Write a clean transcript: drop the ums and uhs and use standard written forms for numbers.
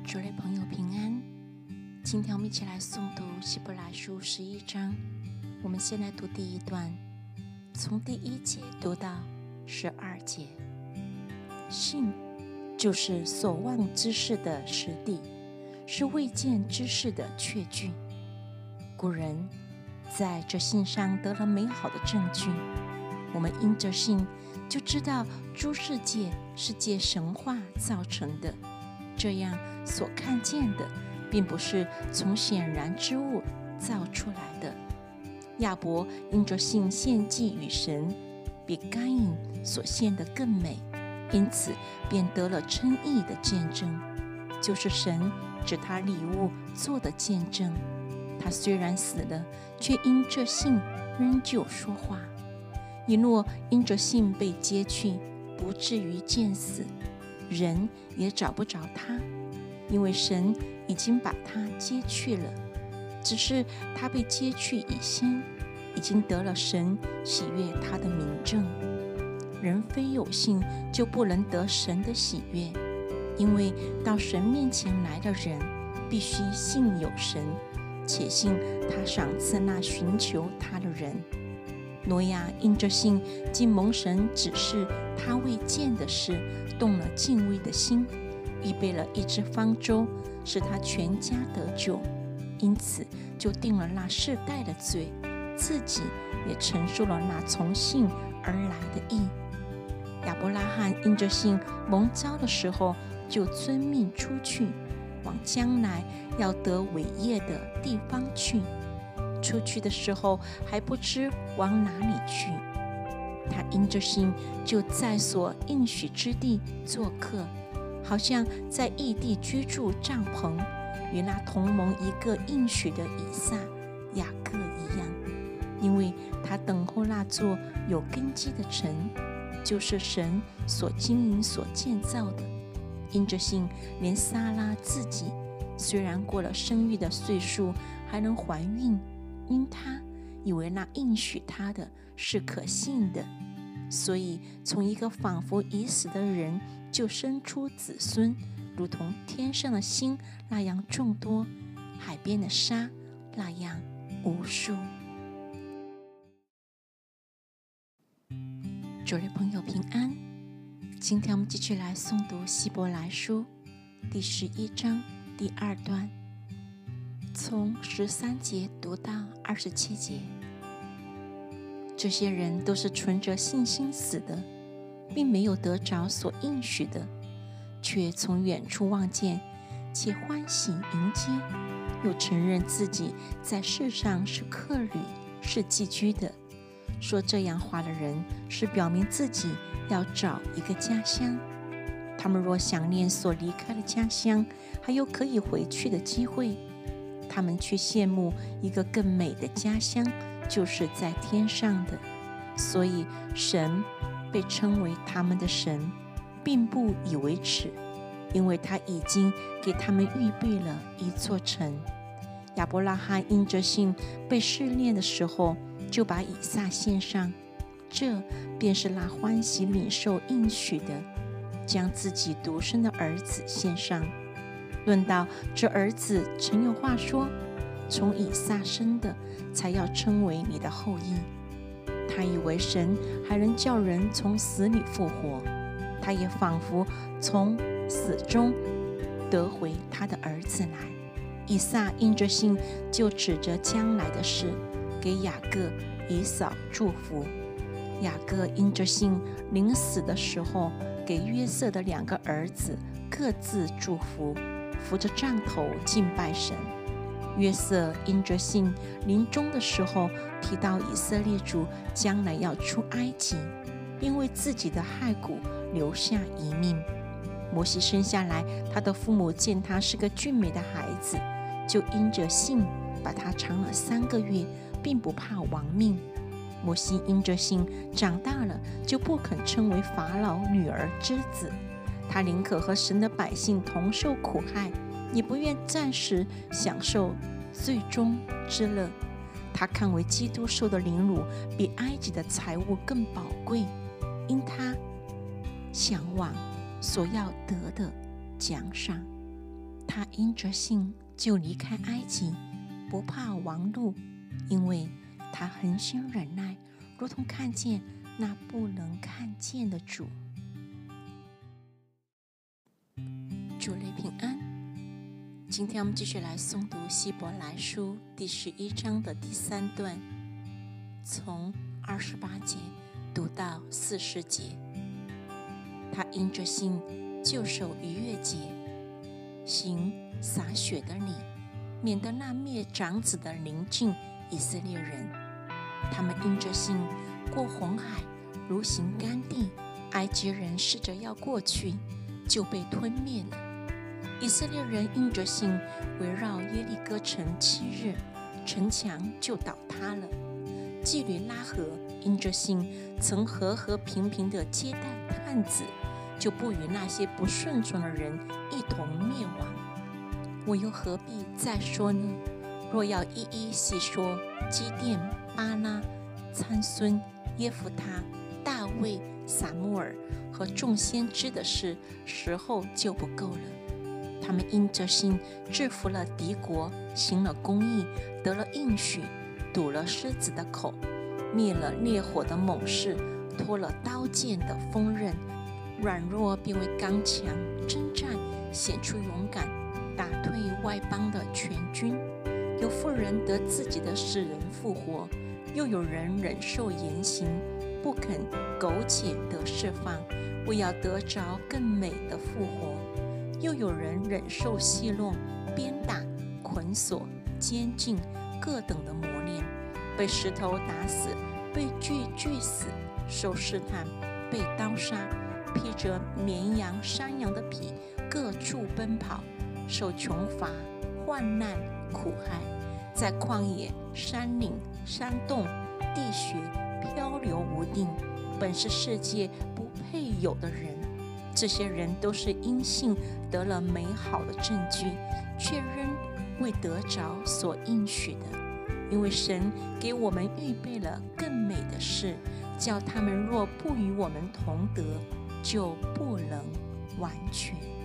主内朋友平安，今天我们一起来诵读希伯来书11章。我们先来读第一段，从第1节读到12节。信就是所望之事的实底，是未见之事的确据。古人在这信上得了美好的证据，我们因着信就知道诸世界是借神话造成的，这样所看见的并不是从显然之物造出来的。亚伯因着信献祭与神，比该隐所献的更美，因此便得了称义的见证，就是神指他礼物做的见证。他虽然死了，却因这信仍旧说话。以诺因着信被接去，不至于见死，人也找不着他，因为神已经把他接去了。只是他被接去以先，已经得了神喜悦他的明证。人非有信，就不能得神的喜悦，因为到神面前来的人，必须信有神，且信他赏赐那寻求他的人。挪亚因着信，既蒙神指示他未见的事，动了敬畏的心，预备了一只方舟，使他全家得救，因此就定了那世代的罪，自己也承受了那从信而来的义。亚伯拉罕因着信蒙召的时候，就遵命出去，往将来要得伟业的地方去。出去的时候还不知往哪里去，他因着信就在所应许之地做客，好像在异地居住帐篷，与那同盟一个应许的以撒、雅各一样，因为他等候那座有根基的城，就是神所经营所建造的。因着信，连撒拉自己虽然过了生育的岁数，还能怀孕，因他以为那应许他的是可信的，所以从一个仿佛已死的人就生出子孙，如同天上的星那样众多，海边的沙那样无数。主内朋友平安，今天我们继续来诵读希伯来书第11章第2段，从13节读到27节。这些人都是存着信心死的，并没有得着所应许的，却从远处望见，且欢喜迎接，又承认自己在世上是客旅，是寄居的。说这样话的人，是表明自己要找一个家乡。他们若想念所离开的家乡，还有可以回去的机会，他们却羡慕一个更美的家乡，就是在天上的。所以神被称为他们的神，并不以为耻，因为他已经给他们预备了一座城。亚伯拉罕因着信被试炼的时候，就把以撒献上，这便是那欢喜领受应许的，将自己独生的儿子献上。论到这儿子，曾有话说，从以撒生的才要称为你的后裔。他以为神还能叫人从死里复活，他也仿佛从死中得回他的儿子来。以撒因着信，就指着将来的事，给雅各、以扫祝福。雅各因着信，临死的时候，给约瑟的2个儿子各自祝福，扶着杖头敬拜神。约瑟因着信，临终的时候提到以色列主将来要出埃及，并为自己的骸骨留下遗命。摩西生下来，他的父母见他是个俊美的孩子，就因着信把他藏了3个月，并不怕亡命。摩西因着信长大了，就不肯称为法老女儿之子，他宁可和神的百姓同受苦害，也不愿暂时享受最终之乐。他看为基督受的凌辱比埃及的财物更宝贵，因他向往所要得的奖赏。 他因着信就离开埃及，不怕亡路，因为他恒心忍耐，如同看见那不能看见的主。主内平安。今天我们继续来诵读希伯来书第11章的第3段，从28节读到40节。他因着信就守逾越节，行洒血的礼，免得那灭长子的临近以色列人。他们因着信过红海，如行干地，埃及人试着要过去，就被吞灭了。以色列人因着信围绕耶利哥城7日，城墙就倒塌了。妓女拉合因着信曾和和平平地接待探子，就不与那些不顺从的人一同灭亡。我又何必再说呢？若要一一细说基甸、巴拉、参孙、耶弗他、大卫、撒母耳和众先知的事，时候就不够了。他们因着信制服了敌国，行了公义，得了应许，堵了狮子的口，灭了烈火的猛士，脱了刀剑的锋刃，软弱变为刚强，征战显出勇敢，打退外邦的全军。有妇人得自己的世人复活，又有人忍受严刑，不肯苟且得释放，为要得着更美的复活。又有人忍受戏弄、鞭打、捆锁、监禁各等的磨练，被石头打死，被锯死，受试探，被刀杀，披着绵羊、山羊的皮，各处奔跑，受穷乏、患难、苦害，在旷野、山岭、山洞、地穴漂流无定，本是世界不配有的人。这些人都是因信得了美好的证据，却仍未得着所应许的。因为神给我们预备了更美的事，叫他们若不与我们同得，就不能完全。